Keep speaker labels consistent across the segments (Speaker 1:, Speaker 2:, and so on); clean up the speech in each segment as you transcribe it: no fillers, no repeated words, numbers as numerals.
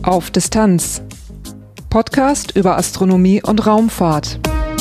Speaker 1: Auf Distanz. Podcast über Astronomie und Raumfahrt.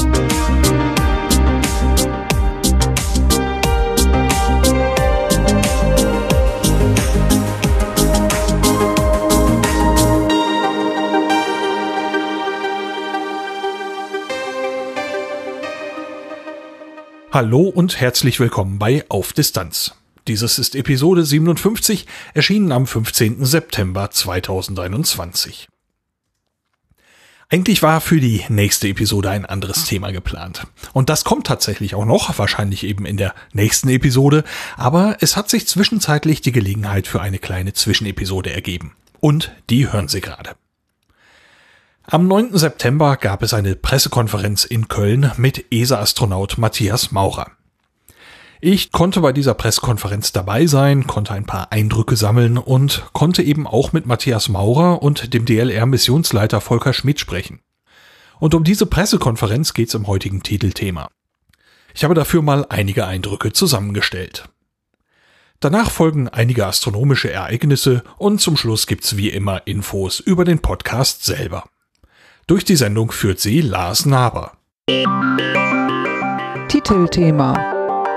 Speaker 2: Hallo und herzlich willkommen bei Auf Distanz. Dieses ist Episode 57, erschienen am 15. September 2021. Eigentlich war für die nächste Episode ein anderes Thema geplant. Und das kommt tatsächlich auch noch, wahrscheinlich eben in der nächsten Episode, aber es hat sich zwischenzeitlich die Gelegenheit für eine kleine Zwischenepisode ergeben. Und die hören Sie gerade. Am 9. September gab es eine Pressekonferenz in Köln mit ESA-Astronaut Matthias Maurer. Ich konnte bei dieser Pressekonferenz dabei sein, konnte ein paar Eindrücke sammeln und konnte eben auch mit Matthias Maurer und dem DLR-Missionsleiter Volker Schmidt sprechen. Und um diese Pressekonferenz geht es im heutigen Titelthema. Ich habe dafür mal einige Eindrücke zusammengestellt. Danach folgen einige astronomische Ereignisse und zum Schluss gibt's wie immer Infos über den Podcast selber. Durch die Sendung führt sie Lars Naber.
Speaker 1: Titelthema: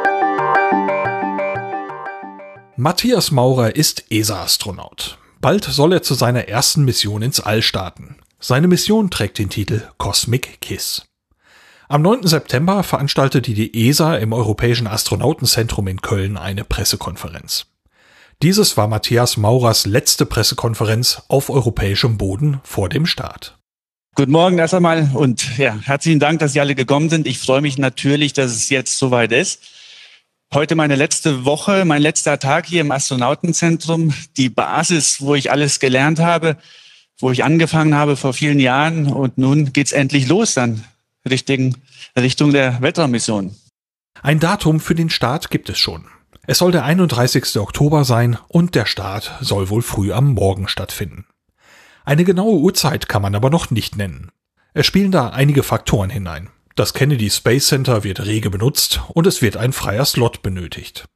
Speaker 2: Matthias Maurer ist ESA-Astronaut. Bald soll er zu seiner ersten Mission ins All starten. Seine Mission trägt den Titel Cosmic Kiss. Am 9. September veranstaltete die ESA im Europäischen Astronautenzentrum in Köln eine Pressekonferenz. Dieses war Matthias Maurers letzte Pressekonferenz auf europäischem Boden vor dem Start.
Speaker 3: Guten Morgen erst einmal und herzlichen Dank, dass Sie alle gekommen sind. Ich freue mich natürlich, dass es jetzt soweit ist. Heute meine letzte Woche, mein letzter Tag hier im Astronautenzentrum. Die Basis, wo ich alles gelernt habe, wo ich angefangen habe vor vielen Jahren. Und nun geht's endlich los dann Richtung der Weltraummission.
Speaker 2: Ein Datum für den Start gibt es schon. Es soll der 31. Oktober sein und der Start soll wohl früh am Morgen stattfinden. Eine genaue Uhrzeit kann man aber noch nicht nennen. Es spielen da einige Faktoren hinein. Das Kennedy Space Center wird rege benutzt und es wird ein freier Slot benötigt.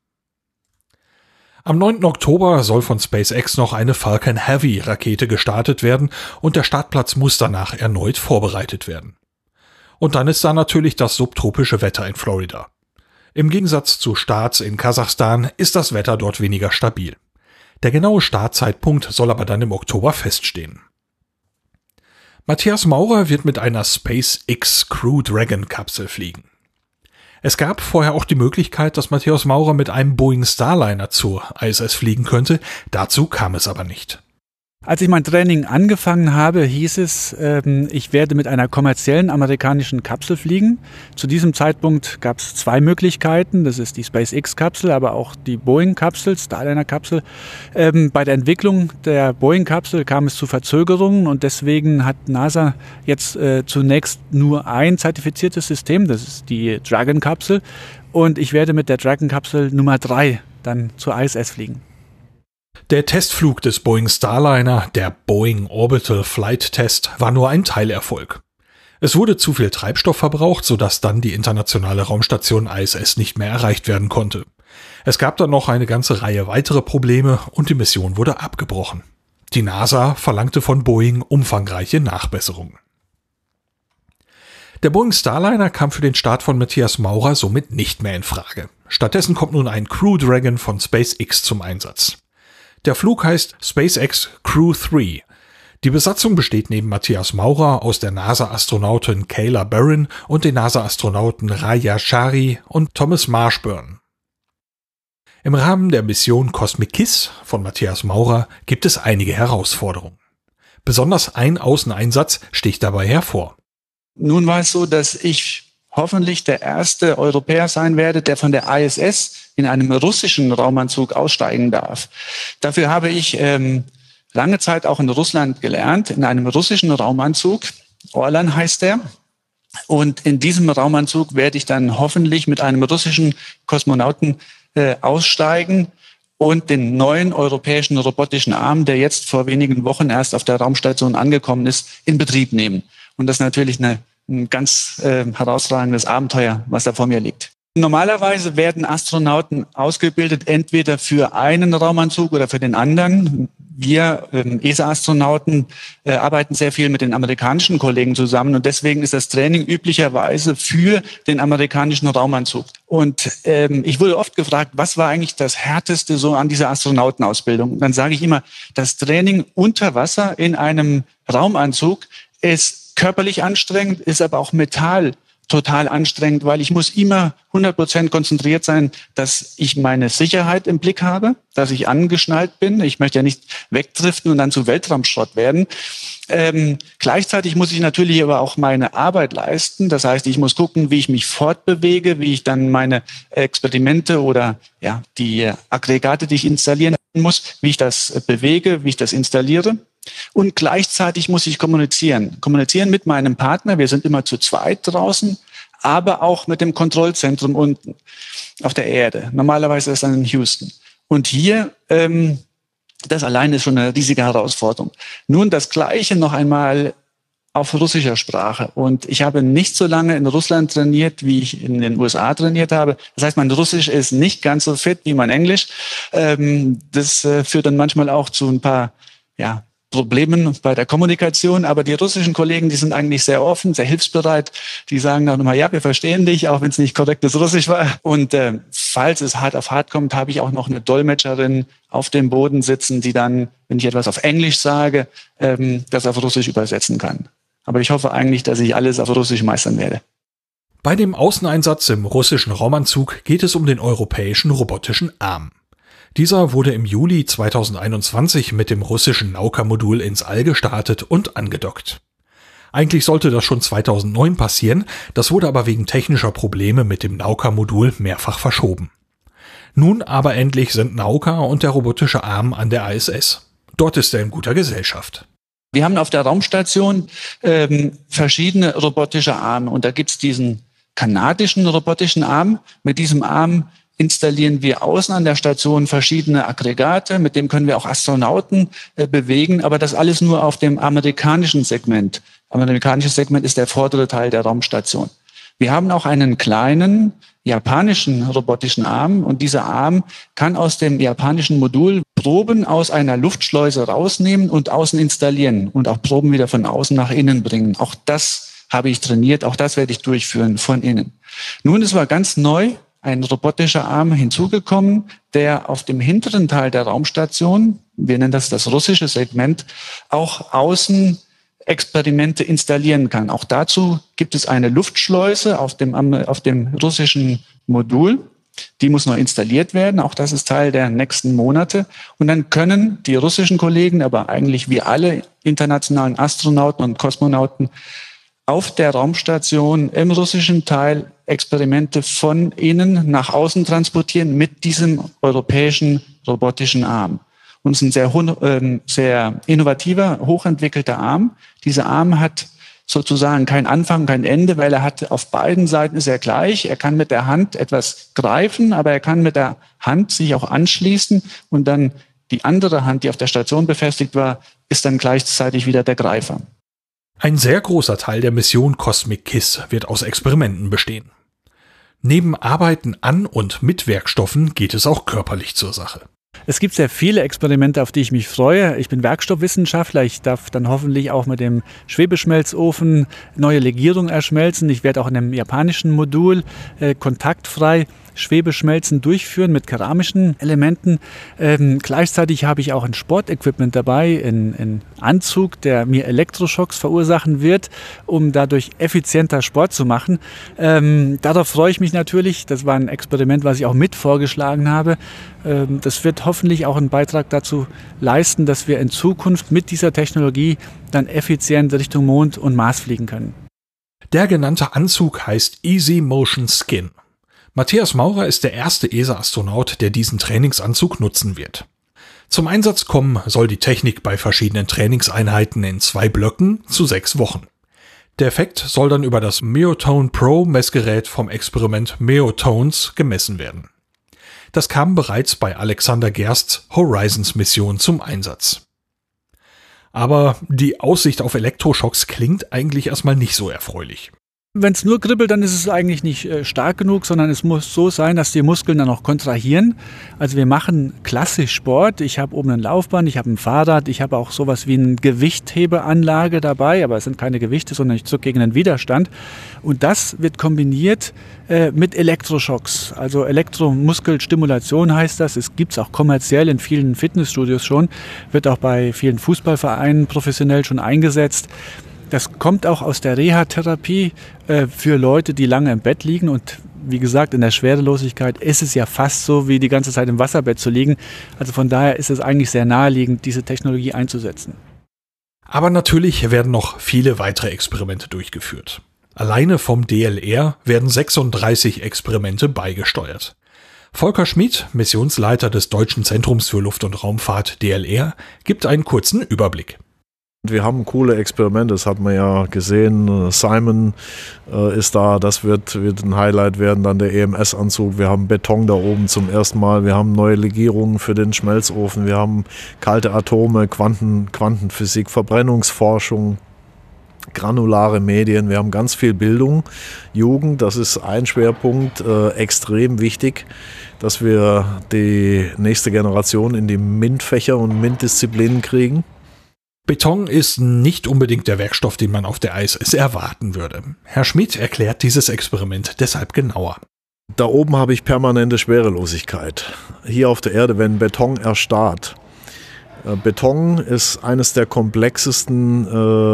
Speaker 2: Am 9. Oktober soll von SpaceX noch eine Falcon Heavy Rakete gestartet werden und der Startplatz muss danach erneut vorbereitet werden. Und dann ist da natürlich das subtropische Wetter in Florida. Im Gegensatz zu Starts in Kasachstan ist das Wetter dort weniger stabil. Der genaue Startzeitpunkt soll aber dann im Oktober feststehen. Matthias Maurer wird mit einer SpaceX Crew Dragon Kapsel fliegen. Es gab vorher auch die Möglichkeit, dass Matthias Maurer mit einem Boeing Starliner zur ISS fliegen könnte, dazu kam es aber nicht.
Speaker 3: Als ich mein Training angefangen habe, hieß es, ich werde mit einer kommerziellen amerikanischen Kapsel fliegen. Zu diesem Zeitpunkt gab es zwei Möglichkeiten. Das ist die SpaceX-Kapsel, aber auch die Boeing-Kapsel, Starliner-Kapsel. Bei der Entwicklung der Boeing-Kapsel kam es zu Verzögerungen und deswegen hat NASA jetzt zunächst nur ein zertifiziertes System. Das ist die Dragon-Kapsel. Und ich werde mit der Dragon-Kapsel Nummer 3 dann zur ISS fliegen.
Speaker 2: Der Testflug des Boeing Starliner, der Boeing Orbital Flight Test, war nur ein Teilerfolg. Es wurde zu viel Treibstoff verbraucht, sodass dann die internationale Raumstation ISS nicht mehr erreicht werden konnte. Es gab dann noch eine ganze Reihe weitere Probleme und die Mission wurde abgebrochen. Die NASA verlangte von Boeing umfangreiche Nachbesserungen. Der Boeing Starliner kam für den Start von Matthias Maurer somit nicht mehr in Frage. Stattdessen kommt nun ein Crew Dragon von SpaceX zum Einsatz. Der Flug heißt SpaceX Crew 3. Die Besatzung besteht neben Matthias Maurer aus der NASA-Astronautin Kayla Barron und den NASA-Astronauten Raya Shari und Thomas Marshburn. Im Rahmen der Mission Cosmic Kiss von Matthias Maurer gibt es einige Herausforderungen. Besonders ein Außeneinsatz sticht dabei hervor.
Speaker 3: Nun war es so, dass ich hoffentlich der erste Europäer sein werde, der von der ISS in einem russischen Raumanzug aussteigen darf. Dafür habe ich lange Zeit auch in Russland gelernt, in einem russischen Raumanzug. Orlan heißt der. Und in diesem Raumanzug werde ich dann hoffentlich mit einem russischen Kosmonauten aussteigen und den neuen europäischen robotischen Arm, der jetzt vor wenigen Wochen erst auf der Raumstation angekommen ist, in Betrieb nehmen. Und das ist natürlich ein ganz herausragendes Abenteuer, was da vor mir liegt. Normalerweise werden Astronauten ausgebildet, entweder für einen Raumanzug oder für den anderen. wir ESA-Astronauten arbeiten sehr viel mit den amerikanischen Kollegen zusammen und deswegen ist das Training üblicherweise für den amerikanischen Raumanzug. Und ich wurde oft gefragt, was war eigentlich das Härteste so an dieser Astronautenausbildung? Und dann sage ich immer, das Training unter Wasser in einem Raumanzug ist körperlich anstrengend, ist aber auch mental total anstrengend, weil ich muss immer 100% konzentriert sein, dass ich meine Sicherheit im Blick habe, dass ich angeschnallt bin. Ich möchte ja nicht wegdriften und dann zu Weltraumschrott werden. Gleichzeitig muss ich natürlich aber auch meine Arbeit leisten. Das heißt, ich muss gucken, wie ich mich fortbewege, wie ich dann meine Experimente oder die Aggregate, die ich installieren muss, wie ich das bewege, wie ich das installiere. Und gleichzeitig muss ich kommunizieren. Kommunizieren mit meinem Partner. Wir sind immer zu zweit draußen, aber auch mit dem Kontrollzentrum unten auf der Erde. Normalerweise ist das dann in Houston. Und hier, das alleine ist schon eine riesige Herausforderung. Nun das Gleiche noch einmal auf russischer Sprache. Und ich habe nicht so lange in Russland trainiert, wie ich in den USA trainiert habe. Das heißt, mein Russisch ist nicht ganz so fit wie mein Englisch. Das führt dann manchmal auch zu ein paar, Problemen bei der Kommunikation, aber die russischen Kollegen, die sind eigentlich sehr offen, sehr hilfsbereit. Die sagen dann immer, wir verstehen dich, auch wenn es nicht korrektes Russisch war. Und falls es hart auf hart kommt, habe ich auch noch eine Dolmetscherin auf dem Boden sitzen, die dann, wenn ich etwas auf Englisch sage, das auf Russisch übersetzen kann. Aber ich hoffe eigentlich, dass ich alles auf Russisch meistern werde.
Speaker 2: Bei dem Außeneinsatz im russischen Raumanzug geht es um den europäischen robotischen Arm. Dieser wurde im Juli 2021 mit dem russischen Nauka-Modul ins All gestartet und angedockt. Eigentlich sollte das schon 2009 passieren, das wurde aber wegen technischer Probleme mit dem Nauka-Modul mehrfach verschoben. Nun aber endlich sind Nauka und der robotische Arm an der ISS. Dort ist er in guter Gesellschaft.
Speaker 3: Wir haben auf der Raumstation verschiedene robotische Arme und da gibt's diesen kanadischen robotischen Arm. Mit diesem Arm installieren wir außen an der Station verschiedene Aggregate, mit dem können wir auch Astronauten bewegen, aber das alles nur auf dem amerikanischen Segment. Amerikanisches Segment ist der vordere Teil der Raumstation. Wir haben auch einen kleinen japanischen robotischen Arm und dieser Arm kann aus dem japanischen Modul Proben aus einer Luftschleuse rausnehmen und außen installieren und auch Proben wieder von außen nach innen bringen. Auch das habe ich trainiert, auch das werde ich durchführen von innen. Nun ist aber ganz neu ein robotischer Arm hinzugekommen, der auf dem hinteren Teil der Raumstation, wir nennen das russische Segment, auch außen Experimente installieren kann. Auch dazu gibt es eine Luftschleuse auf dem russischen Modul. Die muss noch installiert werden. Auch das ist Teil der nächsten Monate. Und dann können die russischen Kollegen, aber eigentlich wie alle internationalen Astronauten und Kosmonauten auf der Raumstation im russischen Teil Experimente von innen nach außen transportieren mit diesem europäischen robotischen Arm. Und es ist ein sehr innovativer, hochentwickelter Arm. Dieser Arm hat sozusagen kein Anfang, kein Ende, weil er hat auf beiden Seiten ist er gleich. Er kann mit der Hand etwas greifen, aber er kann mit der Hand sich auch anschließen und dann die andere Hand, die auf der Station befestigt war, ist dann gleichzeitig wieder der Greifer.
Speaker 2: Ein sehr großer Teil der Mission Cosmic Kiss wird aus Experimenten bestehen. Neben Arbeiten an und mit Werkstoffen geht es auch körperlich zur Sache.
Speaker 4: Es gibt sehr viele Experimente, auf die ich mich freue. Ich bin Werkstoffwissenschaftler. Ich darf dann hoffentlich auch mit dem Schwebeschmelzofen neue Legierungen erschmelzen. Ich werde auch in einem japanischen Modul kontaktfrei Schwebeschmelzen durchführen mit keramischen Elementen. Gleichzeitig habe ich auch ein Sportequipment dabei, einen Anzug, der mir Elektroschocks verursachen wird, um dadurch effizienter Sport zu machen. Darauf freue ich mich natürlich. Das war ein Experiment, was ich auch mit vorgeschlagen habe. Das wird hoffentlich auch einen Beitrag dazu leisten, dass wir in Zukunft mit dieser Technologie dann effizient Richtung Mond und Mars fliegen können.
Speaker 2: Der genannte Anzug heißt Easy Motion Skin. Matthias Maurer ist der erste ESA-Astronaut, der diesen Trainingsanzug nutzen wird. Zum Einsatz kommen soll die Technik bei verschiedenen Trainingseinheiten in 2 Blöcken zu 6 Wochen. Der Effekt soll dann über das Meotone Pro Messgerät vom Experiment Meotones gemessen werden. Das kam bereits bei Alexander Gersts Horizons-Mission zum Einsatz. Aber die Aussicht auf Elektroschocks klingt eigentlich erstmal nicht so erfreulich.
Speaker 4: Wenn es nur kribbelt, dann ist es eigentlich nicht stark genug, sondern es muss so sein, dass die Muskeln dann auch kontrahieren. Also wir machen klassisch Sport. Ich habe oben ein Laufband, ich habe ein Fahrrad, ich habe auch sowas wie eine Gewichthebeanlage dabei, aber es sind keine Gewichte, sondern ich zucke gegen einen Widerstand. Und das wird kombiniert mit Elektroschocks, also Elektromuskelstimulation heißt das. Es gibt es auch kommerziell in vielen Fitnessstudios schon, wird auch bei vielen Fußballvereinen professionell schon eingesetzt. Das kommt auch aus der Reha-Therapie für Leute, die lange im Bett liegen. Und wie gesagt, in der Schwerelosigkeit ist es ja fast so, wie die ganze Zeit im Wasserbett zu liegen. Also von daher ist es eigentlich sehr naheliegend, diese Technologie einzusetzen.
Speaker 2: Aber natürlich werden noch viele weitere Experimente durchgeführt. Alleine vom DLR werden 36 Experimente beigesteuert. Volker Schmid, Missionsleiter des Deutschen Zentrums für Luft- und Raumfahrt DLR, gibt einen kurzen Überblick.
Speaker 5: Wir haben coole Experimente, das hat man ja gesehen. Simon ist da, das wird ein Highlight werden, dann der EMS-Anzug. Wir haben Beton da oben zum ersten Mal, wir haben neue Legierungen für den Schmelzofen, wir haben kalte Atome, Quantenphysik, Verbrennungsforschung, granulare Medien, wir haben ganz viel Bildung. Jugend, das ist ein Schwerpunkt, extrem wichtig, dass wir die nächste Generation in die MINT-Fächer und MINT-Disziplinen kriegen.
Speaker 2: Beton ist nicht unbedingt der Werkstoff, den man auf der ISS erwarten würde. Herr Schmid erklärt dieses Experiment deshalb genauer.
Speaker 5: Da oben habe ich permanente Schwerelosigkeit. Hier auf der Erde, wenn Beton erstarrt. Beton ist eines der komplexesten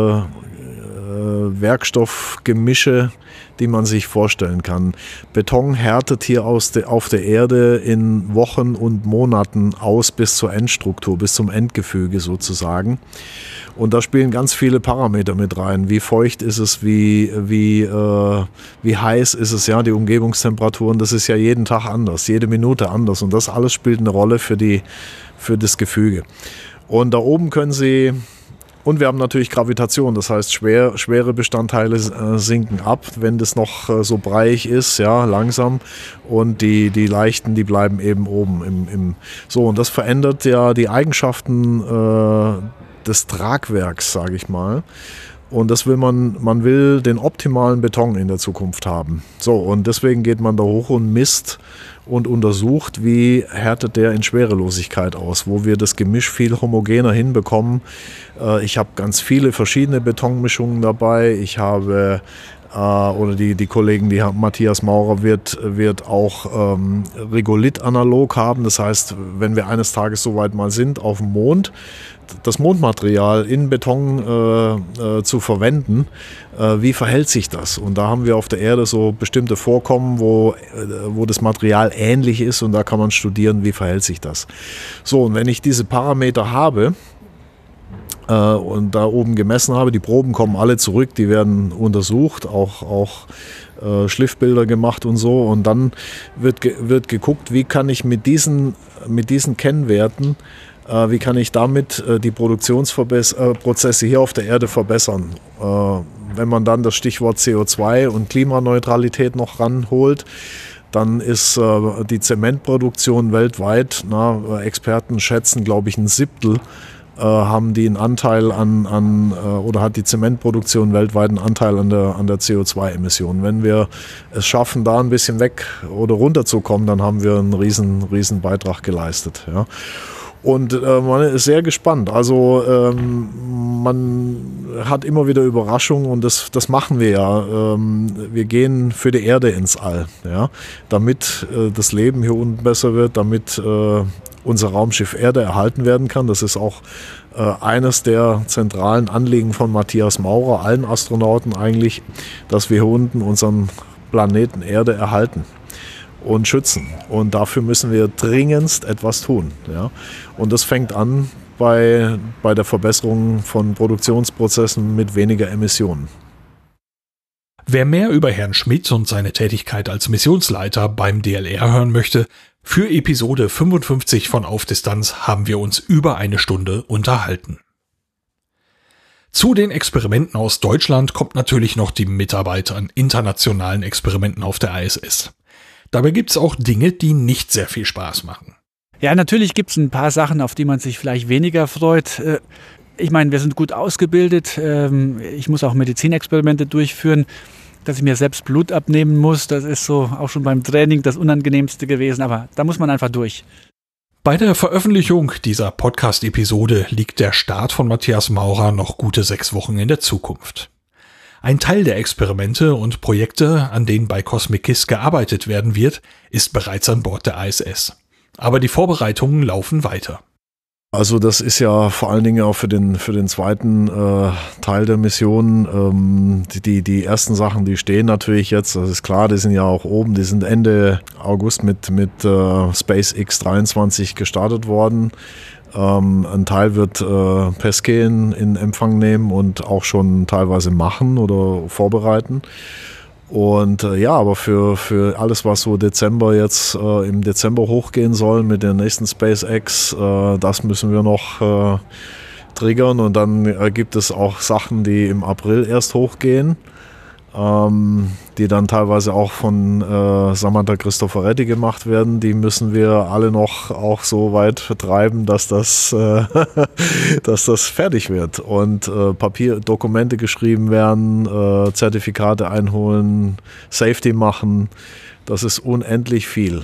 Speaker 5: Werkstoffgemische, die man sich vorstellen kann. Beton härtet hier auf der Erde in Wochen und Monaten aus bis zur Endstruktur, bis zum Endgefüge sozusagen. Und da spielen ganz viele Parameter mit rein. Wie feucht ist es, wie heiß ist es, ja, die Umgebungstemperaturen, das ist ja jeden Tag anders, jede Minute anders. Und das alles spielt eine Rolle für das Gefüge. Und da oben können Sie... Und wir haben natürlich Gravitation, das heißt schwere Bestandteile sinken ab, wenn das noch so breiig ist, ja, langsam. Und die leichten, die bleiben eben oben so. Und das verändert ja die Eigenschaften des Tragwerks, sage ich mal. Und das will man will den optimalen Beton in der Zukunft haben. So, und deswegen geht man da hoch und misst und untersucht, wie härtet der in Schwerelosigkeit aus, wo wir das Gemisch viel homogener hinbekommen. Ich habe ganz viele verschiedene Betonmischungen dabei. Ich habe oder die Kollegen, Matthias Maurer wird auch Regolith analog haben. Das heißt, wenn wir eines Tages soweit mal sind auf dem Mond, das Mondmaterial in Beton zu verwenden, wie verhält sich das? Und da haben wir auf der Erde so bestimmte Vorkommen, wo das Material ähnlich ist und da kann man studieren, wie verhält sich das. So, und wenn ich diese Parameter habe, und da oben gemessen habe, die Proben kommen alle zurück, die werden untersucht, auch Schliffbilder gemacht und so. Und dann wird geguckt, wie kann ich mit diesen Kennwerten, wie kann ich damit die Produktionsprozesse hier auf der Erde verbessern. Wenn man dann das Stichwort CO2 und Klimaneutralität noch ranholt, dann ist die Zementproduktion weltweit, Experten schätzen, glaube ich, 1/7, haben die einen Anteil oder hat die Zementproduktion weltweit einen Anteil an der CO2-Emission. Wenn wir es schaffen, da ein bisschen weg oder runterzukommen, dann haben wir einen riesen Beitrag geleistet. Ja. Und man ist sehr gespannt. Also man hat immer wieder Überraschungen und das machen wir ja. Wir gehen für die Erde ins All, ja, damit das Leben hier unten besser wird, damit unser Raumschiff Erde erhalten werden kann. Das ist auch eines der zentralen Anliegen von Matthias Maurer, allen Astronauten eigentlich, dass wir hier unten unseren Planeten Erde erhalten und schützen. Und dafür müssen wir dringendst etwas tun. Ja? Und das fängt an bei der Verbesserung von Produktionsprozessen mit weniger Emissionen.
Speaker 2: Wer mehr über Herrn Schmid und seine Tätigkeit als Missionsleiter beim DLR hören möchte, für Episode 55 von Auf Distanz haben wir uns über eine Stunde unterhalten. Zu den Experimenten aus Deutschland kommt natürlich noch die Mitarbeit an internationalen Experimenten auf der ISS. Dabei gibt es auch Dinge, die nicht sehr viel Spaß machen.
Speaker 4: Ja, natürlich gibt es ein paar Sachen, auf die man sich vielleicht weniger freut. Ich meine, wir sind gut ausgebildet. Ich muss auch Medizinexperimente durchführen. dass ich mir selbst Blut abnehmen muss. Das ist so auch schon beim Training das Unangenehmste gewesen, aber da muss man einfach durch.
Speaker 2: Bei der Veröffentlichung dieser Podcast-Episode liegt der Start von Matthias Maurer noch gute 6 Wochen in der Zukunft. Ein Teil der Experimente und Projekte, an denen bei Cosmic KISS gearbeitet werden wird, ist bereits an Bord der ISS. Aber die Vorbereitungen laufen weiter.
Speaker 5: Also das ist ja vor allen Dingen auch für den zweiten Teil der Mission. Die ersten Sachen, die stehen natürlich jetzt, das ist klar, die sind ja auch oben, die sind Ende August mit SpaceX 23 gestartet worden. Ein Teil wird Pesquet in Empfang nehmen und auch schon teilweise machen oder vorbereiten. Und aber für alles, was so Dezember jetzt im Dezember hochgehen soll mit der nächsten SpaceX, das müssen wir noch triggern. Und dann gibt es auch Sachen, die im April erst hochgehen, die dann teilweise auch von Samantha Cristoforetti gemacht werden. Die müssen wir alle noch auch so weit vertreiben, dass das fertig wird und Papierdokumente geschrieben werden, Zertifikate einholen, Safety machen. Das ist unendlich viel.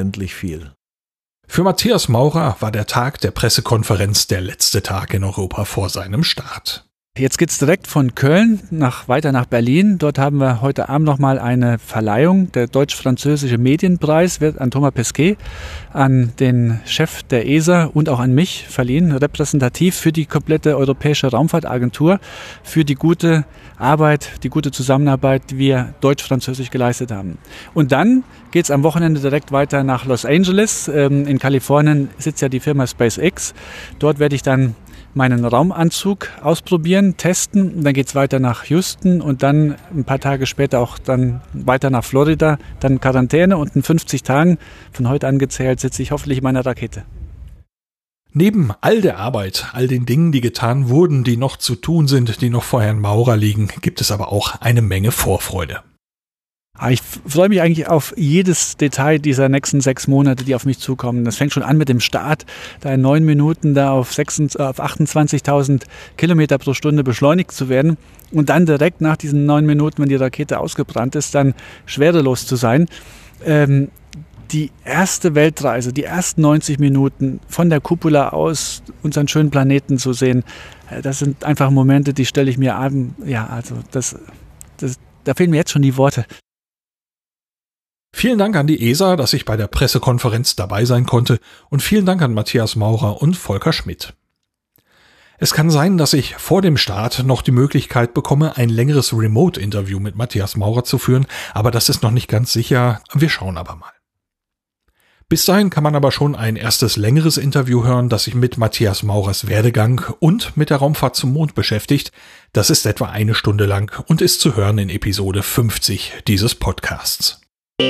Speaker 2: Für Matthias Maurer war der Tag der Pressekonferenz der letzte Tag in Europa vor seinem Start.
Speaker 4: Jetzt geht's direkt von Köln weiter nach Berlin. Dort haben wir heute Abend nochmal eine Verleihung. Der Deutsch-Französische Medienpreis wird an Thomas Pesquet, an den Chef der ESA und auch an mich verliehen, repräsentativ für die komplette Europäische Raumfahrtagentur, für die gute Arbeit, die gute Zusammenarbeit, die wir deutsch-französisch geleistet haben. Und dann geht's am Wochenende direkt weiter nach Los Angeles. In Kalifornien sitzt ja die Firma SpaceX. Dort werde ich dann meinen Raumanzug ausprobieren, testen. Dann geht's weiter nach Houston und dann ein paar Tage später auch dann weiter nach Florida, dann Quarantäne und in 50 Tagen von heute angezählt sitze ich hoffentlich in meiner Rakete.
Speaker 2: Neben all der Arbeit, all den Dingen, die getan wurden, die noch zu tun sind, die noch vor Herrn Maurer liegen, gibt es aber auch eine Menge Vorfreude.
Speaker 4: Ich freue mich eigentlich auf jedes Detail dieser nächsten 6 Monate, die auf mich zukommen. Das fängt schon an mit dem Start, da in 9 Minuten da auf 28.000 Kilometer pro Stunde beschleunigt zu werden und dann direkt nach diesen 9 Minuten, wenn die Rakete ausgebrannt ist, dann schwerelos zu sein. Die erste Weltreise, die ersten 90 Minuten von der Cupola aus unseren schönen Planeten zu sehen, das sind einfach Momente, die stelle ich mir an. Ja, also da fehlen mir jetzt schon die Worte.
Speaker 2: Vielen Dank an die ESA, dass ich bei der Pressekonferenz dabei sein konnte und vielen Dank an Matthias Maurer und Volker Schmidt. Es kann sein, dass ich vor dem Start noch die Möglichkeit bekomme, ein längeres Remote-Interview mit Matthias Maurer zu führen, aber das ist noch nicht ganz sicher, wir schauen aber mal. Bis dahin kann man aber schon ein erstes längeres Interview hören, das sich mit Matthias Maurers Werdegang und mit der Raumfahrt zum Mond beschäftigt. Das ist etwa 1 Stunde lang und ist zu hören in Episode 50 dieses Podcasts.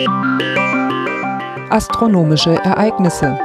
Speaker 1: Astronomische Ereignisse.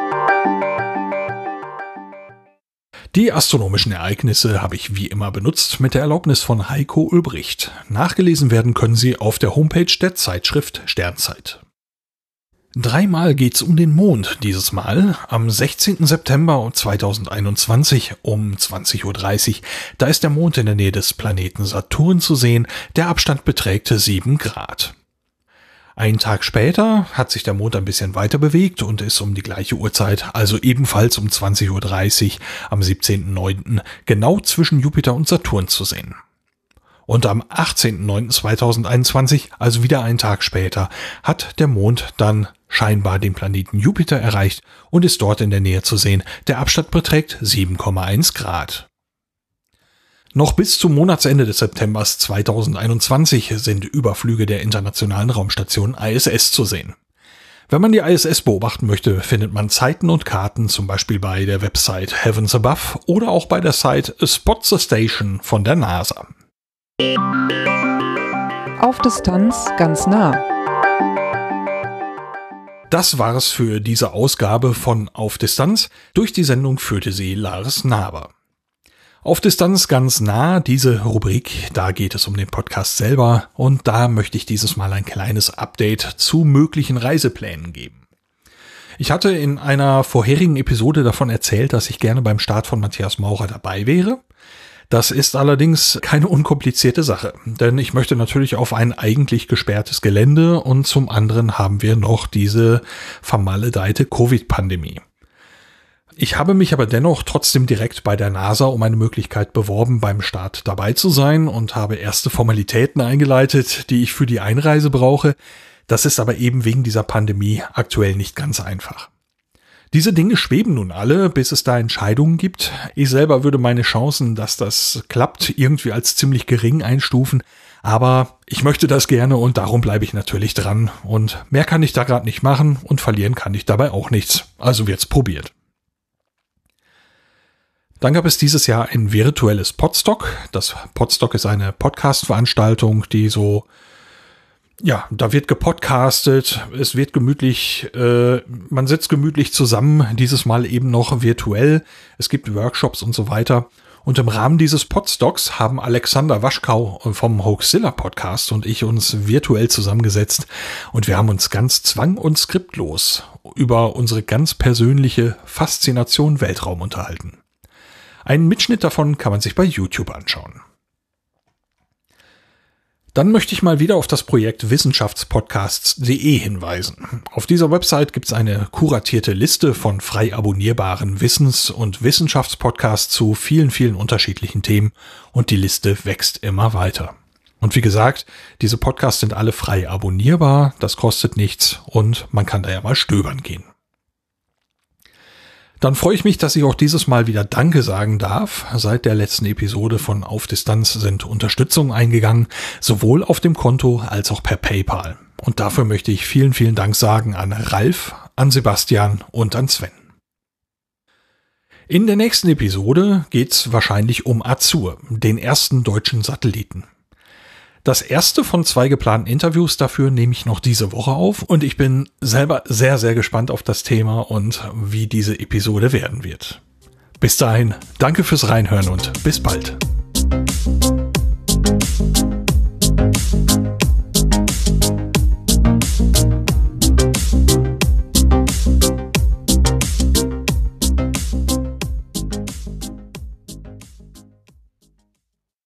Speaker 2: Die astronomischen Ereignisse habe ich wie immer benutzt mit der Erlaubnis von Heiko Ulbricht. Nachgelesen werden können sie auf der Homepage der Zeitschrift Sternzeit. 3-mal geht's um den Mond dieses Mal. Am 16. September 2021 um 20:30 Uhr. Da ist der Mond in der Nähe des Planeten Saturn zu sehen. Der Abstand beträgt 7 Grad. Einen Tag später hat sich der Mond ein bisschen weiter bewegt und ist um die gleiche Uhrzeit, also ebenfalls um 20:30 Uhr am 17.09. genau zwischen Jupiter und Saturn zu sehen. Und am 18.09.2021, also wieder einen Tag später, hat der Mond dann scheinbar den Planeten Jupiter erreicht und ist dort in der Nähe zu sehen. Der Abstand beträgt 7,1 Grad. Noch bis zum Monatsende des Septembers 2021 sind Überflüge der Internationalen Raumstation ISS zu sehen. Wenn man die ISS beobachten möchte, findet man Zeiten und Karten zum Beispiel bei der Website Heavens Above oder auch bei der Site Spot the Station von der NASA.
Speaker 1: Auf Distanz ganz nah.
Speaker 2: Das war es für diese Ausgabe von Auf Distanz. Durch die Sendung führte sie Lars Naber. Auf Distanz ganz nah, diese Rubrik, da geht es um den Podcast selber und da möchte ich dieses Mal ein kleines Update zu möglichen Reiseplänen geben. Ich hatte in einer vorherigen Episode davon erzählt, dass ich gerne beim Start von Matthias Maurer dabei wäre. Das ist allerdings keine unkomplizierte Sache, denn ich möchte natürlich auf ein eigentlich gesperrtes Gelände und zum anderen haben wir noch diese vermaledeite Covid-Pandemie. Ich habe mich aber dennoch trotzdem direkt bei der NASA um eine Möglichkeit beworben, beim Start dabei zu sein und habe erste Formalitäten eingeleitet, die ich für die Einreise brauche. Das ist aber eben wegen dieser Pandemie aktuell nicht ganz einfach. Diese Dinge schweben nun alle, bis es da Entscheidungen gibt. Ich selber würde meine Chancen, dass das klappt, irgendwie als ziemlich gering einstufen. Aber ich möchte das gerne und darum bleibe ich natürlich dran. Und mehr kann ich da gerade nicht machen und verlieren kann ich dabei auch nichts. Also wird's probiert. Dann gab es dieses Jahr ein virtuelles Podstock. Das Podstock ist eine Podcast-Veranstaltung, die so... Ja, da wird gepodcastet, es wird gemütlich, man sitzt gemütlich zusammen, dieses Mal eben noch virtuell, es gibt Workshops und so weiter. Und im Rahmen dieses Podstocks haben Alexander Waschkau vom Hoaxilla Podcast und ich uns virtuell zusammengesetzt und wir haben uns ganz zwang- und skriptlos über unsere ganz persönliche Faszination Weltraum unterhalten. Einen Mitschnitt davon kann man sich bei YouTube anschauen. Dann möchte ich mal wieder auf das Projekt wissenschaftspodcasts.de hinweisen. Auf dieser Website gibt es eine kuratierte Liste von frei abonnierbaren Wissens- und Wissenschaftspodcasts zu vielen, vielen unterschiedlichen Themen und die Liste wächst immer weiter. Und wie gesagt, diese Podcasts sind alle frei abonnierbar, das kostet nichts und man kann da ja mal stöbern gehen. Dann freue ich mich, dass ich auch dieses Mal wieder Danke sagen darf. Seit der letzten Episode von Auf Distanz sind Unterstützungen eingegangen, sowohl auf dem Konto als auch per PayPal. Und dafür möchte ich vielen, vielen Dank sagen an Ralf, an Sebastian und an Sven. In der nächsten Episode geht's wahrscheinlich um Azur, den ersten deutschen Satelliten. Das erste von 2 geplanten Interviews dafür nehme ich noch diese Woche auf und ich bin selber sehr, sehr gespannt auf das Thema und wie diese Episode werden wird. Bis dahin, danke fürs Reinhören und bis bald.